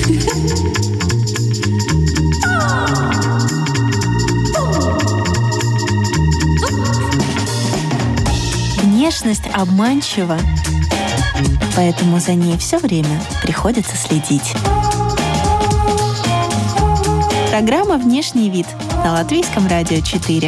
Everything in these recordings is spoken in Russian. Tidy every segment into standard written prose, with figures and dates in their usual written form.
Внешность обманчива, поэтому за ней все время приходится следить. Программа «Внешний вид» на Латвийском радио 4.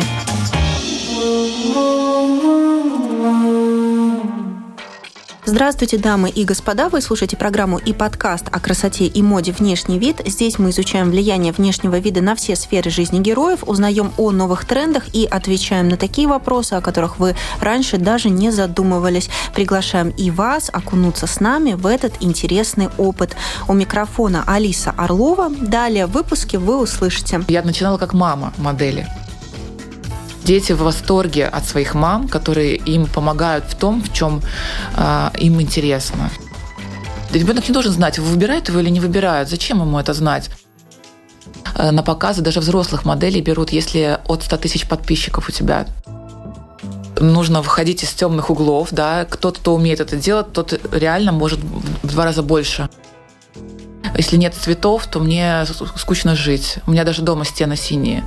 Здравствуйте, дамы и господа! Вы слушаете программу и подкаст о красоте и моде «Внешний вид». Здесь мы изучаем влияние внешнего вида на все сферы жизни героев, узнаем о новых трендах и отвечаем на такие вопросы, о которых вы раньше даже не задумывались. Приглашаем и вас окунуться с нами в этот интересный опыт. У микрофона Алиса Орлова. Далее в выпуске вы услышите. Я начинала как мама модели. Дети в восторге от своих мам, которые им помогают в том, в чем им интересно. Ребенок не должен знать, выбирают его или не выбирают. Зачем ему это знать? На показы даже взрослых моделей берут, если от 100 тысяч подписчиков у тебя. Нужно выходить из темных углов. Да? Кто-то, кто умеет это делать, тот реально может в 2 раза больше. Если нет цветов, то мне скучно жить. У меня даже дома стены синие.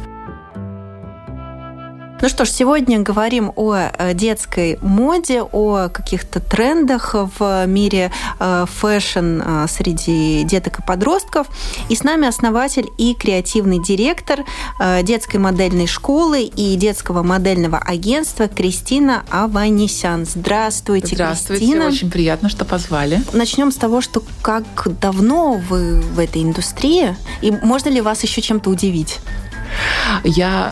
Ну что ж, сегодня говорим о детской моде, о каких-то трендах в мире фэшн среди деток и подростков. И с нами основатель и креативный директор детской модельной школы и детского модельного агентства Кристина Аванесян. Здравствуйте, Здравствуйте, Кристина. Очень приятно, что позвали. Начнем с того, что как давно вы в этой индустрии, и можно ли вас еще чем-то удивить? Я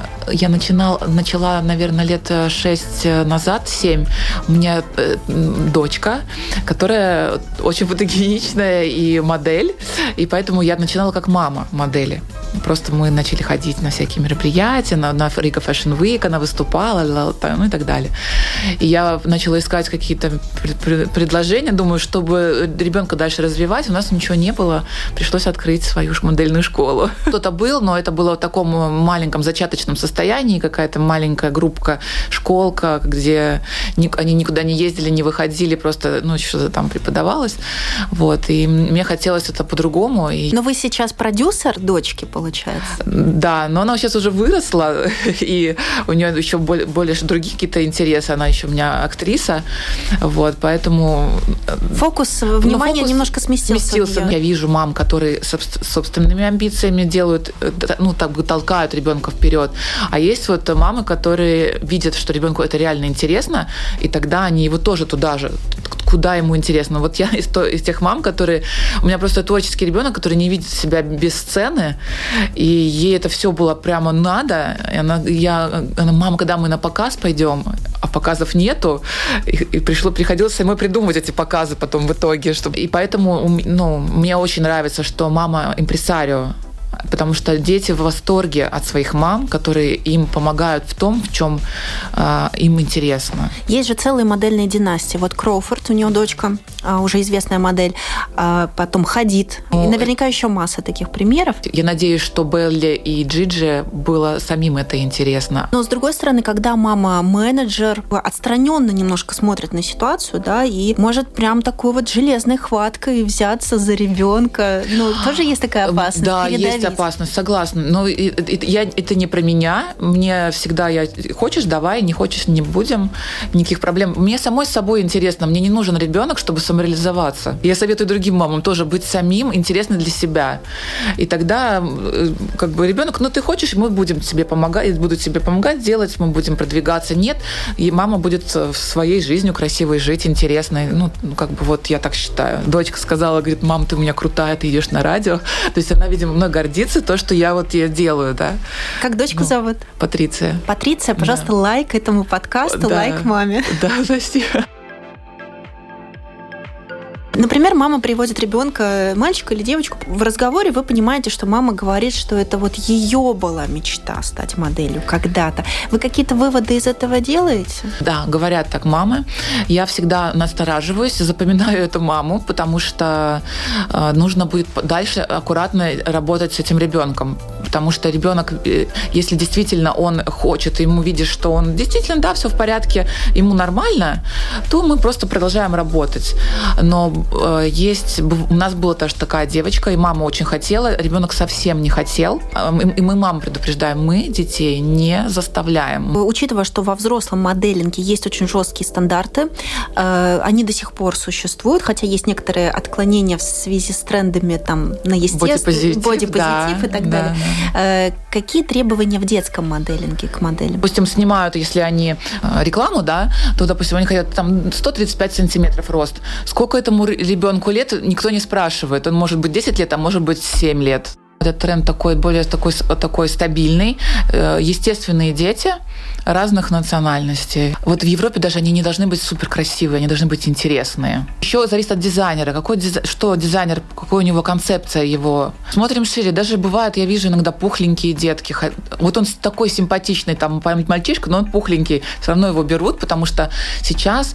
начала, наверное, лет 6 назад, 7. У меня дочка, которая очень фотогеничная и модель, и поэтому я начинала как мама модели. Просто мы начали ходить на всякие мероприятия, на Riga Fashion Week, она выступала, ну и так далее. И я начала искать какие-то предложения, думаю, чтобы ребенка дальше развивать, у нас ничего не было, пришлось открыть свою модельную школу. Кто-то был, но это было в таком маленьком зачаточном состоянии, какая-то маленькая группка, школка, где они никуда не ездили, не выходили, просто что-то там преподавалось. Вот. И мне хотелось это по-другому. Но вы сейчас продюсер дочки, получается? Да, но она сейчас уже выросла, и у нее еще более другие какие-то интересы. Она еще у меня актриса, вот, поэтому... Фокус внимания немножко сместился. Я вижу мам, которые с собственными амбициями делают, толкают ребенка вперед. А есть вот мамы, которые видят, что ребенку это реально интересно, и тогда они его тоже туда же, куда ему интересно. Вот я из тех мам, которые... У меня просто творческий ребенок, который не видит себя без сцены, и ей это все было прямо надо. И она, мама, когда мы на показ пойдем, а показов нету, и приходилось самой придумывать эти показы потом в итоге. И поэтому мне очень нравится, что мама импресарио, потому что дети в восторге от своих мам, которые им помогают в том, в чем им интересно. Есть же целые модельные династии. Вот Кроуфорд, у нее дочка, уже известная модель, потом Хадид. И наверняка еще масса таких примеров. Я надеюсь, что Белли и Джиджи было самим это интересно. Но, с другой стороны, когда мама менеджер, отстраненно немножко смотрит на ситуацию, да, и может прям такой вот железной хваткой взяться за ребенка. Тоже есть такая опасность. Да, есть опасность, согласна. Но это не про меня. Мне всегда хочешь, давай, не хочешь, не будем. Никаких проблем. Мне самой с собой интересно. Мне не нужен ребенок, чтобы самореализоваться. Я советую другим мамам тоже быть самим, интересно для себя. И тогда ребенок, ты хочешь, мы будем тебе помогать, буду тебе помогать делать, мы будем продвигаться. Нет, и мама будет своей жизнью красивой жить, интересной. Я так считаю. Дочка сказала, говорит, мам, ты у меня крутая, ты идешь на радио. То есть она, видимо, много гордится то, что я делаю, да. Как дочку зовут? Патриция. Патриция, пожалуйста, лайк этому подкасту, лайк маме. Да, спасибо. Например, мама приводит ребенка, мальчика или девочку, в разговоре вы понимаете, что мама говорит, что это вот ее была мечта стать моделью когда-то. Вы какие-то выводы из этого делаете? Да, говорят так мамы. Я всегда настораживаюсь, запоминаю эту маму, потому что нужно будет дальше аккуратно работать с этим ребенком. потому что ребенок, если действительно он хочет, и ему видишь, что он действительно, да, все в порядке, ему нормально, то мы просто продолжаем работать. Но у нас была тоже такая девочка, и мама очень хотела, ребенок совсем не хотел, и мы маму предупреждаем, мы детей не заставляем. Учитывая, что во взрослом моделинге есть очень жесткие стандарты, они до сих пор существуют, хотя есть некоторые отклонения в связи с трендами там, на естественность, бодипозитив и так далее. Да. Какие требования в детском моделинге к моделям? Допустим, снимают, если они рекламу, да, то, допустим, они хотят там 135 сантиметров рост. Сколько этому ребенку лет, никто не спрашивает. Он может быть 10 лет, а может быть 7 лет. Этот тренд более такой стабильный. Естественные дети разных национальностей. Вот в Европе даже они не должны быть супер красивые, они должны быть интересные. Еще зависит от дизайнера. Что дизайнер, какая у него концепция его. Смотрим шире. Даже бывает, я вижу иногда пухленькие детки. Вот он такой симпатичный, там, мальчишка, но он пухленький. Все равно его берут, потому что сейчас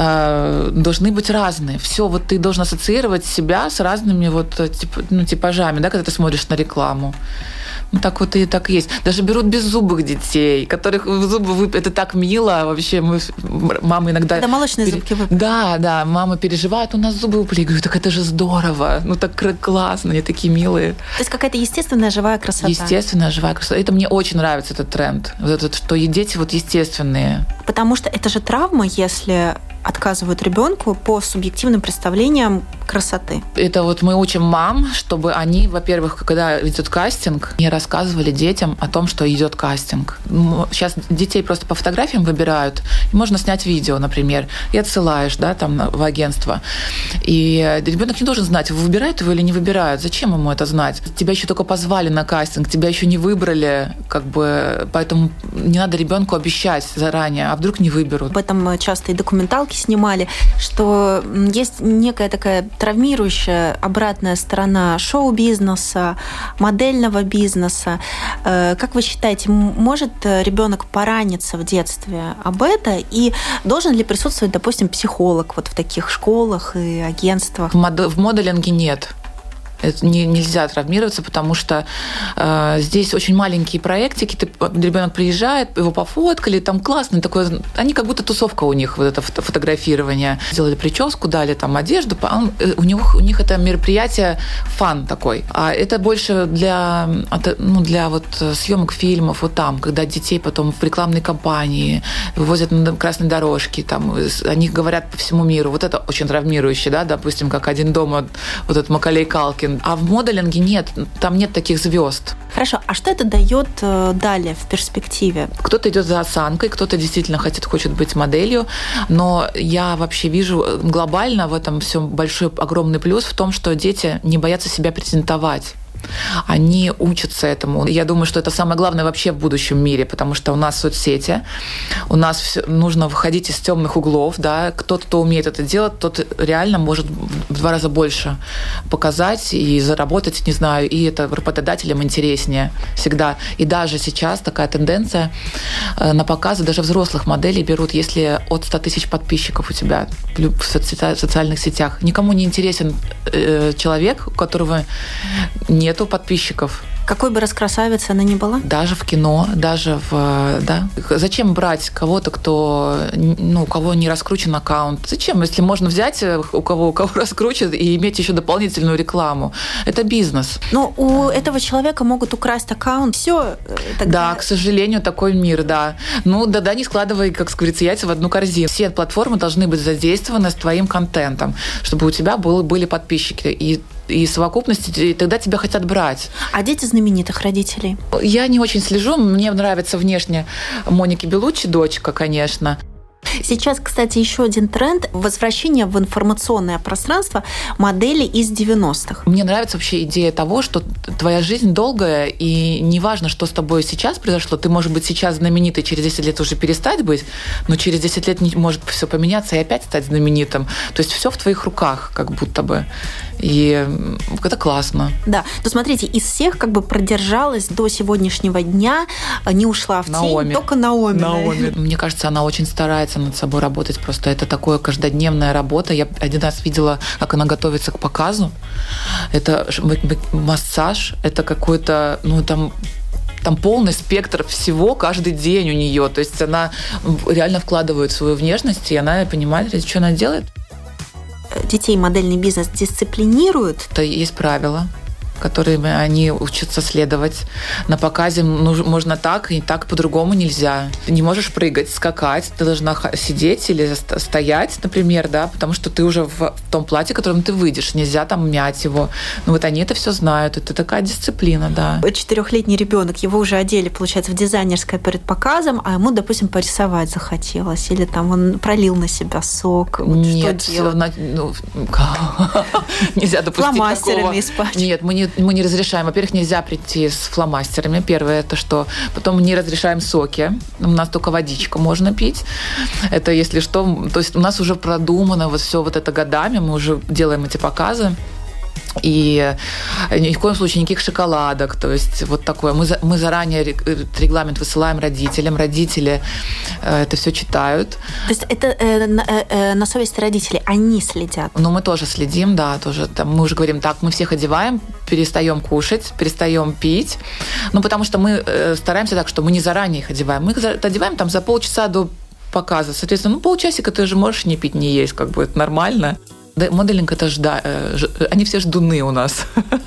должны быть разные. Все, вот ты должен ассоциировать себя с разными типажами, да, когда ты смотришь на рекламу. Ну, так вот и так есть. Даже берут беззубых детей, которых зубы это так мило. Вообще, мама иногда... Да, молочные зубки выпали. Да, мама переживает, у нас зубы выпали. Я говорю, так это же здорово. Ну, так классно, они такие милые. То есть какая-то естественная живая красота. Естественная живая красота. Это мне очень нравится, этот тренд. Что дети вот естественные. Потому что это же травма, если отказывают ребенку по субъективным представлениям красоты. Это вот мы учим мам, чтобы они, во-первых, когда идет кастинг, не рассказывали детям о том, что идет кастинг. Сейчас детей просто по фотографиям выбирают. Можно снять видео, например, и отсылаешь, да, там в агентство. И ребенок не должен знать, выбирают его или не выбирают. Зачем ему это знать? Тебя еще только позвали на кастинг, тебя еще не выбрали, поэтому не надо ребенку обещать заранее, а вдруг не выберут. Об этом часто и документалки снимали, что есть некая такая травмирующая обратная сторона шоу-бизнеса, модельного бизнеса. Как вы считаете, может ребенок пораниться в детстве об этом? И должен ли присутствовать, допустим, психолог вот в таких школах и агентствах? В моделинге нет. Это нельзя травмироваться, потому что здесь очень маленькие проектики. Ребенок приезжает, его пофоткали, там классно, такое, они как будто тусовка у них, вот это фотографирование. Сделали прическу, дали там одежду, у них это мероприятие фан такой. А это больше для вот съемок фильмов, вот там, когда детей потом в рекламной кампании вывозят на красной дорожке, там, о них говорят по всему миру. Вот это очень травмирующе, да, допустим, как «Один дома», вот этот Маколей Калкин. А в моделинге нет, там нет таких звезд. Хорошо, а что это дает далее в перспективе? Кто-то идет за осанкой, кто-то действительно хочет быть моделью, но я вообще вижу глобально в этом все большой, огромный плюс в том, что дети не боятся себя презентовать. Они учатся этому. Я думаю, что это самое главное вообще в будущем мире, потому что у нас соцсети, у нас нужно выходить из темных углов, да, кто-то, кто умеет это делать, тот реально может в 2 раза больше показать и заработать, не знаю, и это работодателям интереснее всегда. И даже сейчас такая тенденция на показы даже взрослых моделей берут, если от 100 тысяч подписчиков у тебя в социальных сетях. Никому не интересен человек, у которого нету подписчиков. Какой бы раскрасавицей она ни была? Даже в кино, даже да. Зачем брать кого-то, у кого не раскручен аккаунт? Зачем, если можно взять у кого раскручен и иметь еще дополнительную рекламу? Это бизнес. Но у этого человека могут украсть аккаунт. Все. Да, к сожалению, такой мир, да. Не складывай, как говорится, яйца в одну корзину. Все платформы должны быть задействованы с твоим контентом, чтобы у тебя были подписчики. И совокупности, и тогда тебя хотят брать. А дети знаменитых родителей? Я не очень слежу. Мне нравится внешне Моники Беллуччи, дочка, конечно. Сейчас, кстати, еще один тренд – возвращение в информационное пространство моделей из 90-х. Мне нравится вообще идея того, что твоя жизнь долгая, и неважно, что с тобой сейчас произошло, ты, может быть, сейчас знаменитой, через 10 лет уже перестать быть, но через 10 лет может все поменяться и опять стать знаменитым. То есть все в твоих руках, как будто бы. И это классно. Да. Но смотрите, из всех продержалась до сегодняшнего дня, не ушла в тень, только Наоми. Мне кажется, она очень старается. нравится над собой работать просто. Это такое каждодневная работа. Я один раз видела, как она готовится к показу. Это массаж, это какой-то, там полный спектр всего каждый день у нее. То есть она реально вкладывает свою внешность, и она понимает, что она делает. Детей модельный бизнес дисциплинирует? Это есть правила, которыми они учатся следовать. На показе можно так, и так по-другому нельзя. Ты не можешь прыгать, скакать, ты должна сидеть или стоять, например, да, потому что ты уже в том платье, в котором ты выйдешь. Нельзя там мять его. Они это все знают. Это такая дисциплина, да. 4-летний ребенок, его уже одели, получается, в дизайнерское перед показом, а ему, допустим, порисовать захотелось. Или там он пролил на себя сок. Нет, что делать? Нельзя допустить фломастерами испачкать. Нет, мы не разрешаем. Во-первых, нельзя прийти с фломастерами. Первое, это что? Потом мы не разрешаем соки. У нас только водичка можно пить. Это если что. То есть у нас уже продумано все это годами. Мы уже делаем эти показы. И ни в коем случае никаких шоколадок. То есть вот такое. Мы заранее регламент высылаем родителям. Родители это все читают. То есть это на совести родителей. Они следят? Мы тоже следим, да. Тоже, там, мы уже говорим, так, мы всех одеваем, перестаем кушать, перестаем пить. Потому что мы стараемся так, что мы не заранее их одеваем. Мы их одеваем там за полчаса до показа. Соответственно, полчасика ты же можешь не пить, не есть. Как бы это нормально. Моделинг – это они все ждуны у нас.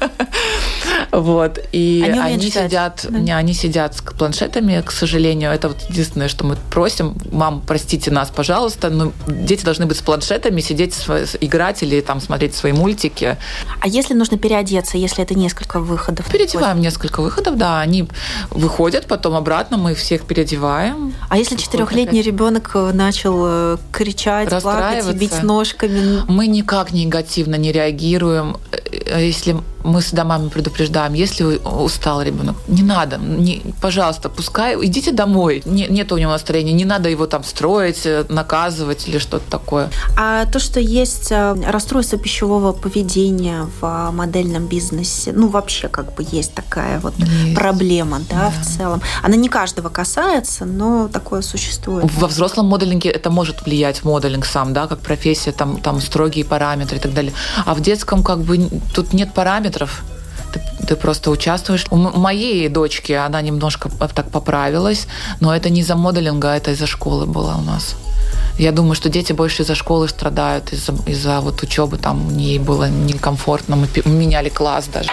И они сидят, они сидят с планшетами, к сожалению. Это единственное, что мы просим. Мам, простите нас, пожалуйста, но дети должны быть с планшетами, сидеть, играть или там смотреть свои мультики. А если нужно переодеться, если это несколько выходов? Переодеваем несколько выходов, да. Они выходят, потом обратно мы всех переодеваем. А если 4-летний ребенок начал кричать, плакать, бить ножками? Мы никак негативно не реагируем. Если мы всегда маме предупреждаем, если устал ребенок, не надо, пожалуйста, пускай, идите домой. Нет у него настроения, не надо его там строить, наказывать или что-то такое. А то, что есть расстройство пищевого поведения в модельном бизнесе, вообще как бы есть такая проблема, да, в целом. Она не каждого касается, но такое существует. Во взрослом моделинге это может влиять, моделинг сам, да, как профессия, там строгие параметры и так далее. А в детском как бы тут нет параметров. Ты просто участвуешь. У моей дочки она немножко так поправилась, но это не из-за моделинга, это из-за школы было у нас. Я думаю, что дети больше из-за школы страдают, из-за учебы, там ей было некомфортно, мы меняли класс даже.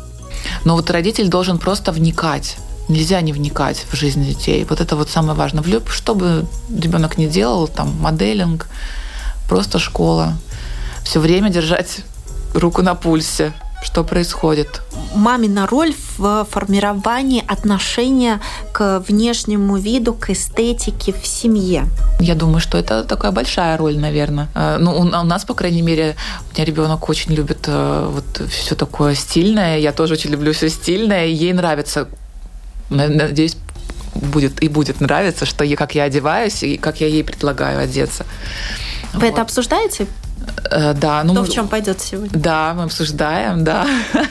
Но родитель должен просто вникать. Нельзя не вникать в жизнь детей. Это самое важное. Что бы ребенок ни делал, там моделинг, просто школа. Все время держать руку на пульсе, что происходит. Мамина роль в формировании отношения к внешнему виду, к эстетике в семье. Я думаю, что это такая большая роль, наверное. У нас, по крайней мере, у меня ребенок очень любит все такое стильное. Я тоже очень люблю все стильное. Ей нравится, надеюсь, будет нравиться, как я одеваюсь и как я ей предлагаю одеться. Вы это обсуждаете? Да. В чем пойдет сегодня? Да, мы обсуждаем, да.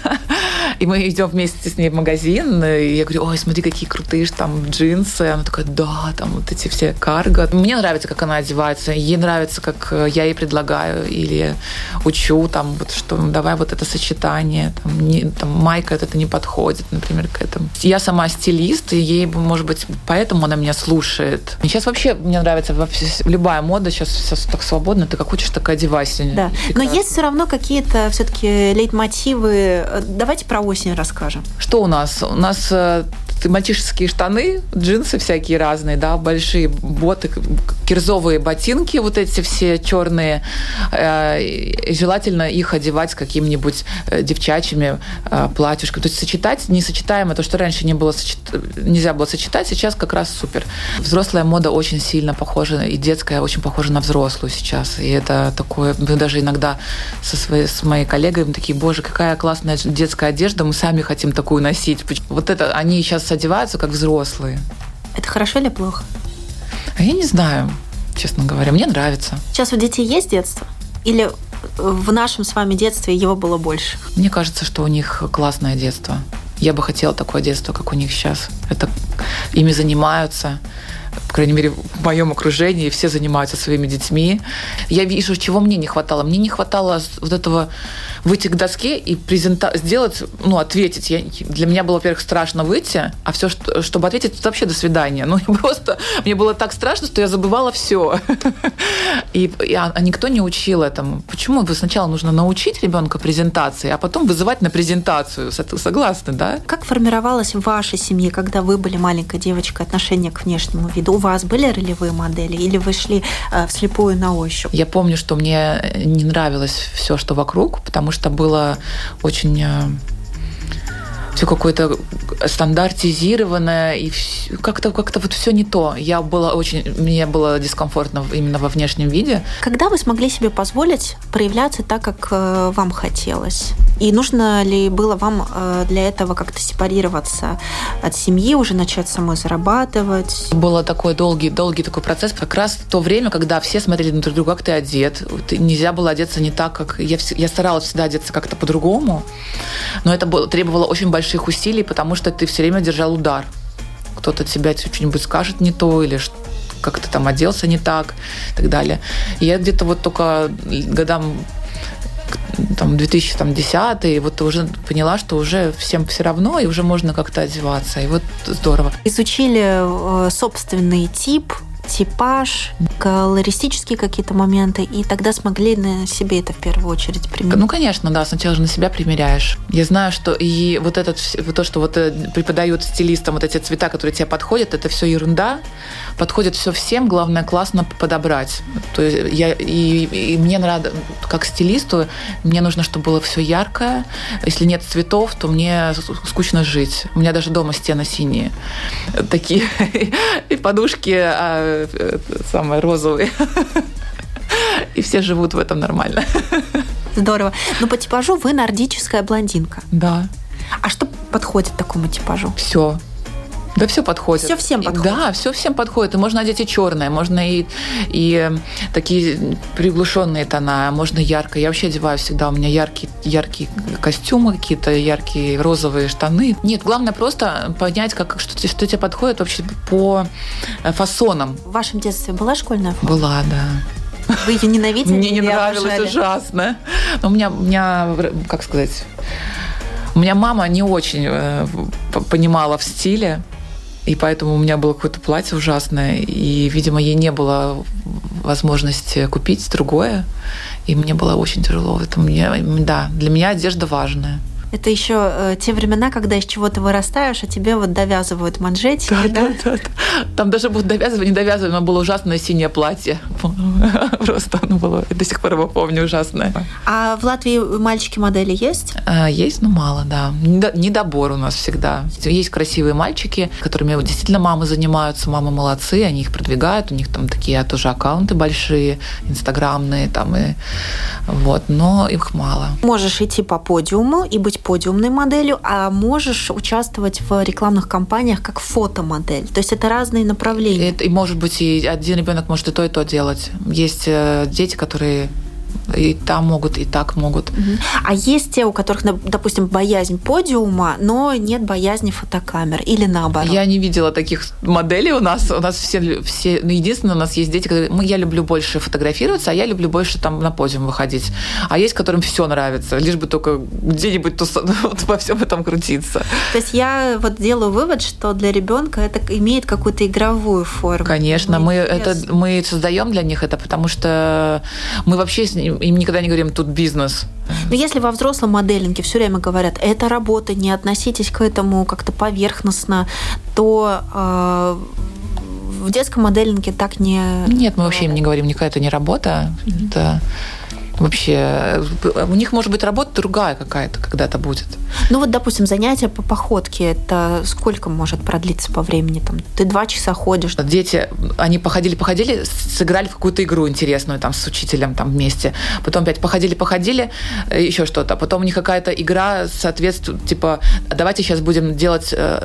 И мы идем вместе с ней в магазин, и я говорю, ой, смотри, какие крутые там джинсы. Она такая, да, там эти все карго. Мне нравится, как она одевается, ей нравится, как я ей предлагаю или учу, что давай это сочетание, майка это не подходит, например, к этому. Я сама стилист, и ей, может быть, поэтому она меня слушает. И сейчас вообще мне нравится любая мода, сейчас все так свободно, ты как хочешь, так и одевайся. Да. Но есть все равно какие-то все-таки лейтмотивы. Давайте про осень расскажем. Что у нас? У нас мальчишеские штаны, джинсы всякие разные, да, большие боты, кирзовые ботинки, эти все черные. Желательно их одевать с какими-нибудь девчачьими платьюшками. То есть сочетать несочетаемое, то, что раньше нельзя было сочетать, сейчас как раз супер. Взрослая мода очень сильно похожа, и детская очень похожа на взрослую сейчас. И это такое, мы даже иногда с моей коллегой такие, боже, какая классная детская одежда, мы сами хотим такую носить. Они сейчас одеваются как взрослые. Это хорошо или плохо? А я не знаю, честно говоря. Мне нравится. Сейчас у детей есть детство? Или в нашем с вами детстве его было больше? Мне кажется, что у них классное детство. Я бы хотела такое детство, как у них сейчас. Ими занимаются. по крайней мере, в моем окружении все занимаются своими детьми. Я вижу, чего мне не хватало. Мне не хватало вот этого выйти к доске и сделать, ответить. Для меня было, во-первых, страшно выйти, а все, чтобы ответить, это вообще до свидания. Мне было так страшно, что я забывала все. А никто не учил этому. Почему сначала нужно научить ребенка презентации, а потом вызывать на презентацию? Согласны, да? Как формировалось в вашей семье, когда вы были маленькой девочкой, отношение к внешнему виду? У вас были ролевые модели или вы шли вслепую на ощупь? Я помню, что мне не нравилось все, что вокруг, потому что было очень все какое-то стандартизированное, и как-то вот все не то. Мне было дискомфортно именно во внешнем виде. Когда вы смогли себе позволить проявляться так, как вам хотелось? И нужно ли было вам для этого как-то сепарироваться от семьи, уже начать самой зарабатывать? Был такой долгий такой процесс, как раз в то время, когда все смотрели на друг друга, как ты одет. Нельзя было одеться не так, как... Я старалась всегда одеться как-то по-другому, но это требовало очень больших усилий, потому что ты все время держал удар. Кто-то тебя что-нибудь скажет не то, или как ты там оделся не так, и так далее. И я где-то вот только годам 2010-й вот уже поняла, что уже всем все равно, и уже можно как-то одеваться. И вот здорово. Изучили собственный типаж, колористические какие-то моменты, и тогда смогли на себе это в первую очередь применить? Конечно, да, сначала же на себя примеряешь. Я знаю, что и то, что преподают стилистам вот эти цвета, которые тебе подходят, это все ерунда. Подходит все всем, главное классно подобрать. То есть и мне надо, как стилисту, мне нужно, чтобы было все яркое. Если нет цветов, то мне скучно жить. У меня даже дома стены синие. Такие. И подушки самые розовые. И все живут в этом нормально. Здорово. Но по типажу вы нордическая блондинка. Да. А что подходит такому типажу? Все. Да все подходит. Все всем подходит. Да, все всем подходит. И можно одеть и черное, можно и такие приглушенные тона, можно ярко. Я вообще одеваю всегда, у меня яркие костюмы какие-то, яркие розовые штаны. Нет, главное просто понять, что тебе подходит вообще по фасонам. В вашем детстве была школьная форма? Была, да. Вы ее ненавидели? Мне не нравилось ужасно. Но у меня, как сказать... У меня мама не очень понимала в стиле, и поэтому у меня было какое-то платье ужасное, и, видимо, ей не было возможности купить другое, и мне было очень тяжело. Для меня одежда важная. Это еще те времена, когда из чего-то вырастаешь, а тебе вот довязывают манжетики. Да. Там даже будут довязывать, не довязывать, но было ужасное синее платье. Просто оно было, до сих пор его помню, ужасное. А в Латвии мальчики-модели есть? Есть, но мало, да. Недобор у нас всегда. Есть красивые мальчики, которыми действительно мамы занимаются, мамы молодцы, они их продвигают, у них там такие тоже аккаунты большие, инстаграмные, но их мало. Можешь идти по подиуму и быть подиумной моделью, а можешь участвовать в рекламных кампаниях как фотомодель. То есть это разные направления. И может быть, и один ребенок может и то делать. Есть дети, которые и там могут, и так могут. А есть те, у которых, допустим, боязнь подиума, но нет боязни фотокамер, или наоборот? Я не видела таких моделей у нас. У нас все единственное, у нас есть дети, которые... Я люблю больше фотографироваться, а я люблю больше там на подиум выходить. А есть, которым все нравится, лишь бы только где-нибудь во всем этом крутиться. То есть я делаю вывод, что для ребенка это имеет какую-то игровую форму. Конечно, мы создаем для них это, потому что мы вообще им никогда не говорим, тут бизнес. Но если во взрослом моделинге все время говорят, это работа, не относитесь к этому как-то поверхностно, то в детском моделинге так не... Нет, мы вообще им не говорим, никакая это не работа. Это вообще... У них может быть работа другая какая-то когда-то будет. Допустим, занятия по походке, это сколько может продлиться по времени? Ты 2 часа ходишь. Дети, они походили, сыграли в какую-то игру интересную с учителем вместе. Потом опять походили, еще что-то. Потом у них какая-то игра соответствует, давайте сейчас будем делать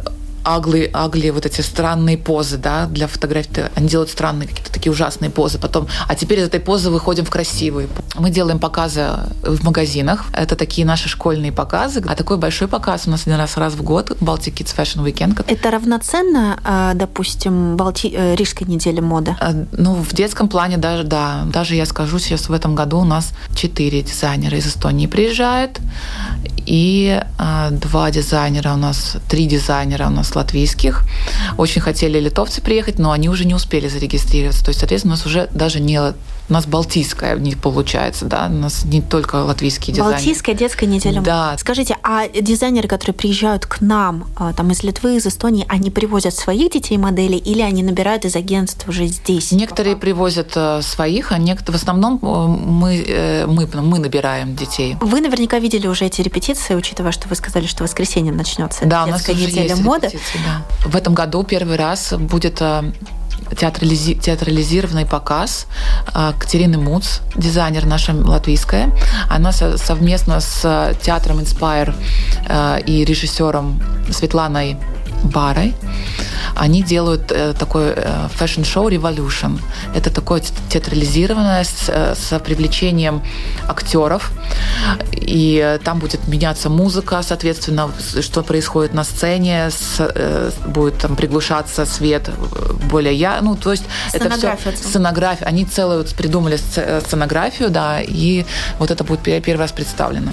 агли, вот эти странные позы, да, для фотографий. Они делают странные какие-то такие ужасные позы. Потом, а теперь из этой позы выходим в красивые. Мы делаем показы в магазинах. Это такие наши школьные показы. А такой большой показ у нас раз в год, Baltic Kids Fashion Weekend. Это равноценно, допустим, Рижской неделе моды? Ну, в детском плане даже, да. Даже я скажу, сейчас в этом году у нас 4 дизайнера из Эстонии приезжают. И 2 дизайнера у нас, 3 дизайнера у нас латвийских. Очень хотели литовцы приехать, но они уже не успели зарегистрироваться. То есть, соответственно, у нас уже даже не... У нас балтийская не получается, да? У нас не только латвийские дизайнеры. Балтийская детская неделя моды. Да. Скажите, а дизайнеры, которые приезжают к нам там, из Литвы, из Эстонии, они привозят своих детей-моделей или они набирают из агентств уже здесь? Некоторые привозят своих, а некоторые... В основном мы набираем детей. Вы наверняка видели уже эти репетиции, учитывая, что вы сказали, что в воскресенье начнется детская неделя моды. Да. В этом году первый раз будет театрализированный показ Катерины Муц, дизайнер наша латвийская. Она совместно с театром Inspire и режиссером Светланой Барой они делают такой фэшн-шоу Revolution. Это такое театрализированное с привлечением актеров. И там будет меняться музыка, соответственно, что происходит на сцене, будет там приглушаться свет более ну, то есть это все сценография. Они целую придумали сценографию, да, и вот это будет первый раз представлено.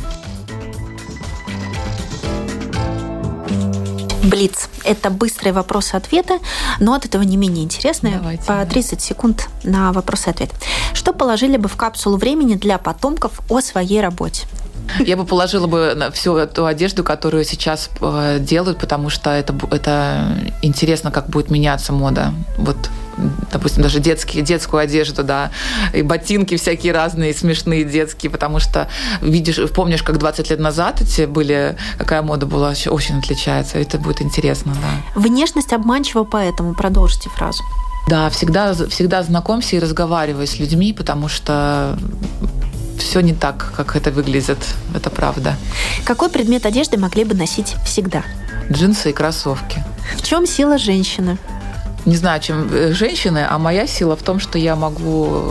Блиц. Это быстрые вопросы-ответы, но от этого не менее интересные. Давайте, по 30 секунд на вопросы-ответы. Что положили бы в капсулу времени для потомков о своей работе? Я бы положила бы всю эту одежду, которую сейчас делают, потому что это интересно, как будет меняться мода. Вот, допустим, даже детскую одежду, да, и ботинки всякие разные, смешные детские, потому что помнишь, как 20 лет назад какая мода была, очень отличается. Это будет интересно, да. Внешность обманчива, поэтому продолжите фразу. Да, всегда знакомься и разговаривай с людьми, потому что все не так, как это выглядит. Это правда. Какой предмет одежды могли бы носить всегда? Джинсы и кроссовки. В чем сила женщины? Не знаю, чем женщины, а моя сила в том, что я могу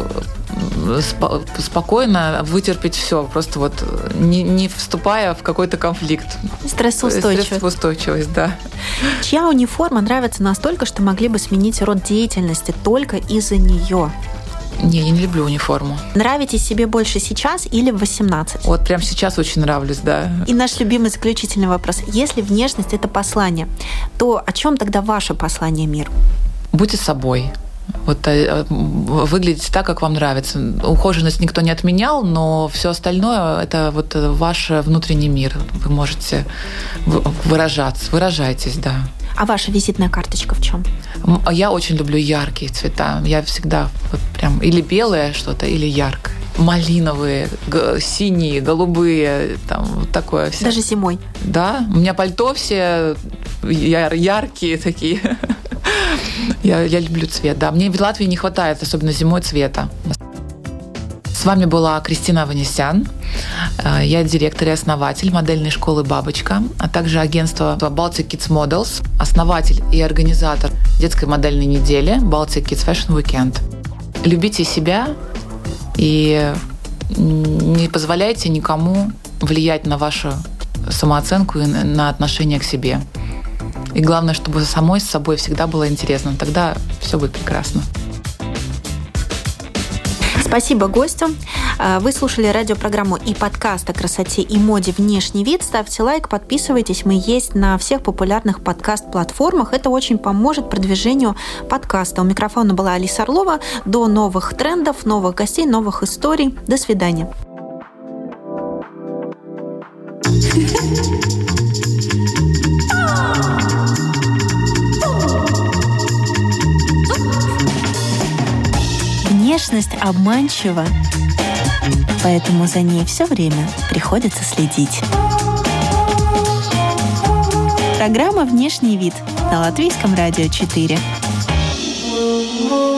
спокойно вытерпеть все, просто вот не вступая в какой-то конфликт. Стрессоустойчивость, да. Чья униформа нравится настолько, что могли бы сменить род деятельности только из-за нее? Не, я не люблю униформу. Нравитесь себе больше сейчас или в 18? Вот прямо сейчас очень нравлюсь, да. И наш любимый заключительный вопрос. Если внешность – это послание, то о чем тогда ваше послание миру? Будьте собой. Вот выглядите так, как вам нравится. Ухоженность никто не отменял, но все остальное – это вот ваш внутренний мир. Вы можете выражаться. Выражайтесь, да. А ваша визитная карточка в чем? Я очень люблю яркие цвета. Я всегда вот прям или белое что-то, или яркое. Малиновые, синие, голубые, там вот такое все. Даже зимой? Да. У меня пальто все яркие такие. Я люблю цвет, да. Мне в Латвии не хватает, особенно зимой, цвета. С вами была Кристина Аванесян. Я директор и основатель модельной школы «Бабочка», а также агентства Baltic Kids Models, основатель и организатор детской модельной недели Baltic Kids Fashion Weekend. Любите себя и не позволяйте никому влиять на вашу самооценку и на отношение к себе. И главное, чтобы самой с собой всегда было интересно. Тогда все будет прекрасно. Спасибо гостю. Вы слушали радиопрограмму и подкаст о красоте и моде «Внешний вид». Ставьте лайк, подписывайтесь. Мы есть на всех популярных подкаст-платформах. Это очень поможет продвижению подкаста. У микрофона была Алиса Орлова. До новых трендов, новых гостей, новых историй. До свидания. Внешность обманчива, поэтому за ней все время приходится следить. Программа «Внешний вид» на Латвийском радио 4.